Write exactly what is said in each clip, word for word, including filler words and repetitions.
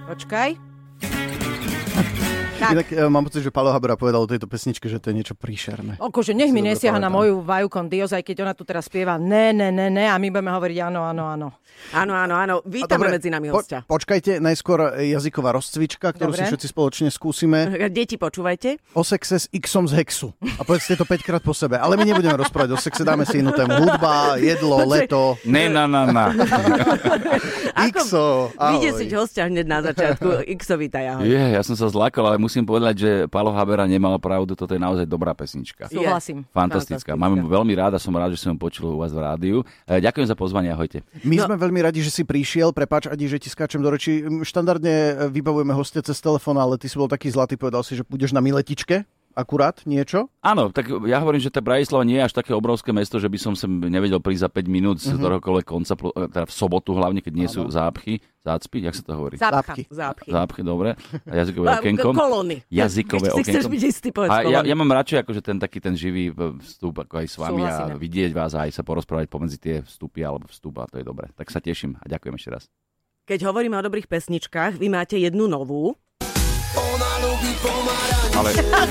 Počkaj. Tak. Inak ja mám pocit, že Paľo Habera povedal o tejto pesničke, že to je niečo príšerné. Akože nech mi nesiaha na moju Vaju con Dios, aj keď ona tu teraz spieva ne, ne, ne, ne a my budeme hovoriť áno, áno, áno. Áno, áno, áno. Vítame medzi nami hostia. Po, počkajte, najskôr jazyková rozcvička, ktorú Dobre. si všetci spoločne skúsime. Deti, počúvajte. O sexe s Xom z Hexu. A povedzte to päťkrát po sebe. Ale my nebudeme rozprávať o sexe, dáme si inú tému. Hudba, jedlo, Počkej. leto. Ne, na, na, na. Xo, ahoj. Vydesiť hostia hneď na začiatku. Xo, vítaj, ahoj. Je, ja som sa zlákol, ale musím povedať, že Paľo Habera nemal pravdu, toto je naozaj dobrá pesnička. Súhlasím. Fantastická. Mám ju veľmi rád a som rád, že som ju počul u vás v rádiu. E, ďakujem za pozvanie, ahojte. My No. sme veľmi radi, že si prišiel. Prepáč, Adi, že ti skáčem do rečí. Štandardne vybavujeme hostia cez telefón, ale ty si bol taký zlatý, povedal si, že budeš na Miletičke. Akurát niečo? Áno, tak ja hovorím, že tá Bratislava nie je až také obrovské mesto, že by som sem nevedel prísť za päť minút z ktoréhokoľvek konca, teda v sobotu hlavne, keď nie sú zápchy. Zácpy, jak sa to hovorí? Zápcha. Zápchy. Zápchy, dobre. A jazykové okienko. Kolóny. Jazykové Ešte si chceš okienko. byť istý, povedz A ja, kolóny. ja mám radšej akože ten taký ten živý vstup, ako aj s vami a Súhlasíme. vidieť vás a aj sa porozprávať pomedzi tie vstupy alebo vstup a to je dobre. Tak sa teším a ďakujem ešte raz. Keď hovoríme o dobrých pesničkách, vy máte jednu novú. Ale...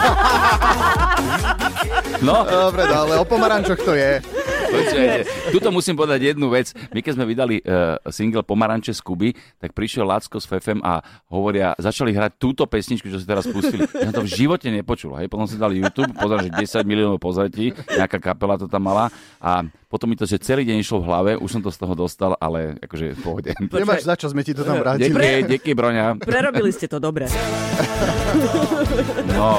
No, Dobre, no, ale o pomarančoch to je. počujete. Tuto musím povedať jednu vec. My keď sme vydali uh, single Pomaranče z Kuby, tak prišiel Lacko s Fefem a hovoria, začali hrať túto pesničku, čo si teraz pustili. Ja som to v živote nepočul. Hej. Potom si dali YouTube, pozerám, že desať miliónov pozretí, nejaká kapela to tam mala a potom mi to, že celý deň išlo v hlave, už som to z toho dostal, ale akože v pohode. Nemáš za čo, sme ti to tam vrátili. Deky, deky, Broňa. Prerobili ste to dobre. No.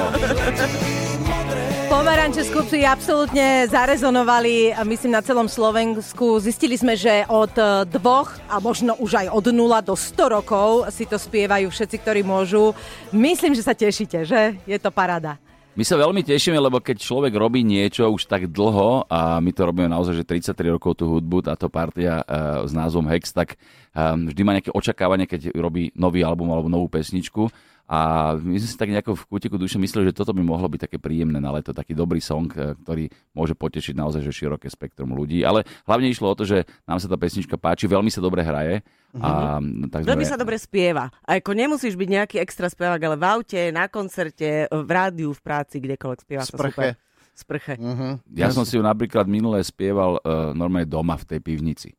Pomaranče z Kupy absolútne zarezonovali, myslím, na celom Slovensku. Zistili sme, že od dvoch a možno už aj od nula do sto rokov si to spievajú všetci, ktorí môžu. Myslím, že sa tešíte, že? Je to paráda. My sa veľmi tešíme, lebo keď človek robí niečo už tak dlho a my to robíme naozaj, že tridsaťtri rokov tú hudbu, táto partia uh, s názvom Hex, tak um, vždy má nejaké očakávanie, keď robí nový album alebo novú pesničku. A my sme si tak nejako v kútiku duše mysleli, že toto by mohlo byť také príjemné na leto, taký dobrý song, ktorý môže potešiť naozaj že široké spektrum ľudí. Ale hlavne išlo o to, že nám sa tá pesnička páči, veľmi sa dobre hraje. A, tak sme... Veľmi sa dobre spieva. A ako nemusíš byť nejaký extra spevák, ale v aute, na koncerte, v rádiu, v práci, kdekoľvek spieva sa super. Sprche. Uh-huh. Ja som si ju napríklad minulé spieval uh, normálne doma v tej pivnici.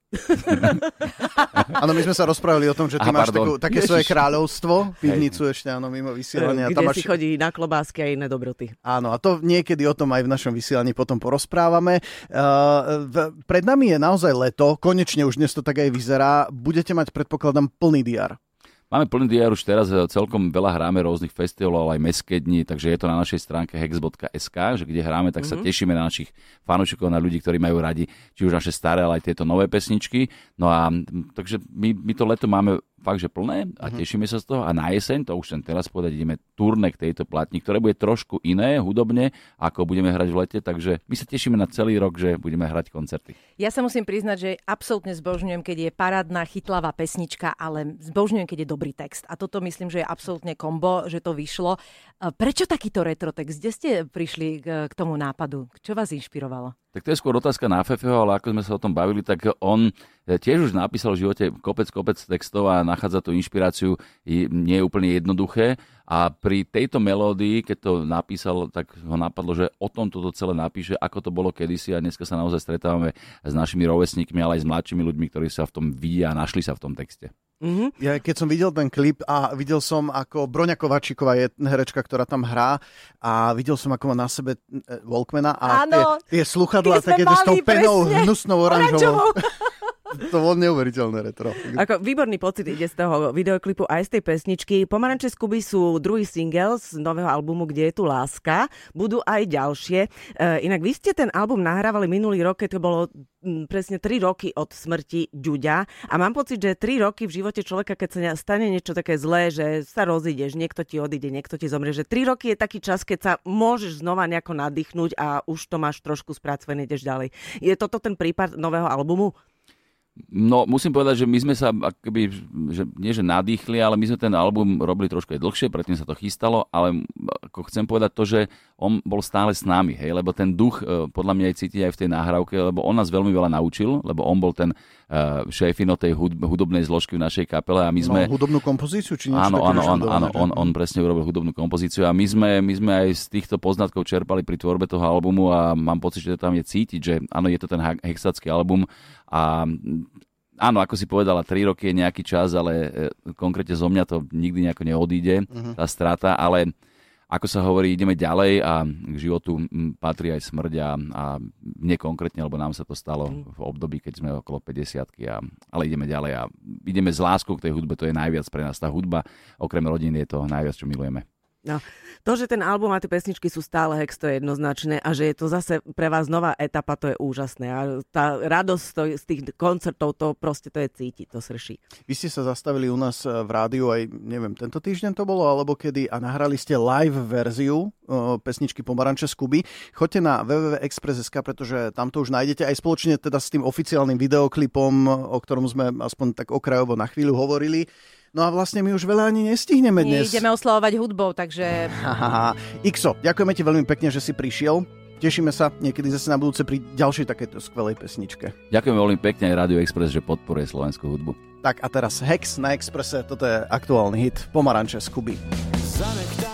Áno, my sme sa rozprávali o tom, že ty Aha, máš pardon. takú, také Ježiš. svoje kráľovstvo, pivnicu ešte, áno, mimo vysielania. Kde Tam si máš... chodí na klobásky a iné dobroty. Áno, a to niekedy o tom aj v našom vysielaní potom porozprávame. Uh, v, pred nami je naozaj leto, konečne už dnes to tak aj vyzerá. Budete mať, predpokladám, plný diár. Máme plný diár už teraz, celkom veľa hráme rôznych festivalov, ale aj mestské dni, takže je to na našej stránke hex bodka es ká, že kde hráme, tak sa mm-hmm. tešíme na našich fanúšikov, na ľudí, ktorí majú radi či už naše staré, ale aj tieto nové pesničky. No a takže my, my to leto máme fakt, že plné a tešíme sa z toho. A na jeseň, to už chcem teraz povedať, ideme turné k tejto platni, ktoré bude trošku iné hudobne, ako budeme hrať v lete, takže my sa tešíme na celý rok, že budeme hrať koncerty. Ja sa musím priznať, že absolútne zbožňujem, keď je parádna, chytlavá pesnička, ale zbožňujem, keď je dobrý text. A toto myslím, že je absolútne kombo, že to vyšlo. Prečo takýto retro text? Kde ste prišli k, k tomu nápadu? Čo vás inšpirovalo? Tak to je skôr otázka na Fefeho, ale ako sme sa o tom bavili, tak on tiež už napísal v živote kopec, kopec textov a nachádza tú inšpiráciu, nie je úplne jednoduché. A pri tejto melódii, keď to napísal, tak ho napadlo, že o tom toto celé napíše, ako to bolo kedysi a dneska sa naozaj stretávame s našimi rovesníkmi, ale aj s mladšími ľuďmi, ktorí sa v tom vidia a našli sa v tom texte. Mm-hmm. Ja keď som videl ten klip a videl som, ako Broňa Kovačíková je herečka, ktorá tam hrá a videl som, ako má na sebe Walkmana a Áno, tie, tie sluchadlá tie sme také s tou mali, penou presne. hnusnou oranžovou. Oranžovou. To bolo neuveriteľné retro. Ako výborný pocit ide z toho videoklipu aj z tej pesničky. Pomaranče z Kuby sú druhý single z nového albumu Kde je tu láska. Budú aj ďalšie. E, inak vy ste ten album nahrávali minulý rok, keď to bolo m, presne tri roky od smrti Ďuďa. A mám pocit, že tri roky v živote človeka, keď sa stane niečo také zlé, že sa rozídeš, niekto ti odíde, niekto ti zomrie, že tri roky je taký čas, keď sa môžeš znova nejako nadýchnúť a už to máš trošku spracované, ideš ďalej. Je toto ten prípad nového albumu? No, musím povedať, že my sme sa akoby, že nie že nadýchli, ale my sme ten album robili trošku aj dlhšie, predtým sa to chystalo, ale ako chcem povedať to, že on bol stále s nami, hej, lebo ten duch podľa mňa aj cítiť aj v tej nahrávke, lebo on nás veľmi veľa naučil, lebo on bol ten uh, šéfino tej hud- hudobnej zložky v našej kapele a my sme... No, hudobnú kompozíciu? Či niečo áno, áno, áno, áno, on, on, on presne urobil hudobnú kompozíciu a my sme, my sme aj z týchto poznatkov čerpali pri tvorbe toho albumu a mám pocit, že to tam je cítiť, že áno, je to ten hexacký album a áno, ako si povedala, tri roky je nejaký čas, ale konkrétne zo mňa to nikdy nejako neodíde, uh-huh. tá strata, ale ako sa hovorí, ideme ďalej a k životu patrí aj smrť a, a mne konkrétne, lebo nám sa to stalo v období, keď sme okolo päťdesiatky, a, ale ideme ďalej a ideme s láskou k tej hudbe, to je najviac pre nás. Tá hudba, okrem rodiny, je to najviac, čo milujeme. No, to, že ten album a tie pesničky sú stále hex, to je jednoznačné a že je to zase pre vás nová etapa, to je úžasné a tá radosť z tých koncertov, to proste to je cítiť, to srší. Vy ste sa zastavili u nás v rádiu aj, neviem, tento týždeň to bolo, alebo kedy a nahrali ste live verziu o, pesničky Pomaranče z Kuby. Choďte na w w w bodka express bodka es ka, pretože tam to už nájdete aj spoločne teda s tým oficiálnym videoklipom, o ktorom sme aspoň tak okrajovo na chvíľu hovorili. No a vlastne my už veľa ani nestihneme dnes. My ideme oslavovať hudbou, takže... Hahaha. Ikso, ďakujeme ti veľmi pekne, že si prišiel. Tešíme sa niekedy zase na budúce pri ďalšej takéto skvelej pesničke. Ďakujem veľmi pekne aj Radio Express, že podporuje slovenskú hudbu. Tak a teraz Hex na Expresse, toto je aktuálny hit Pomaranče z Kuby.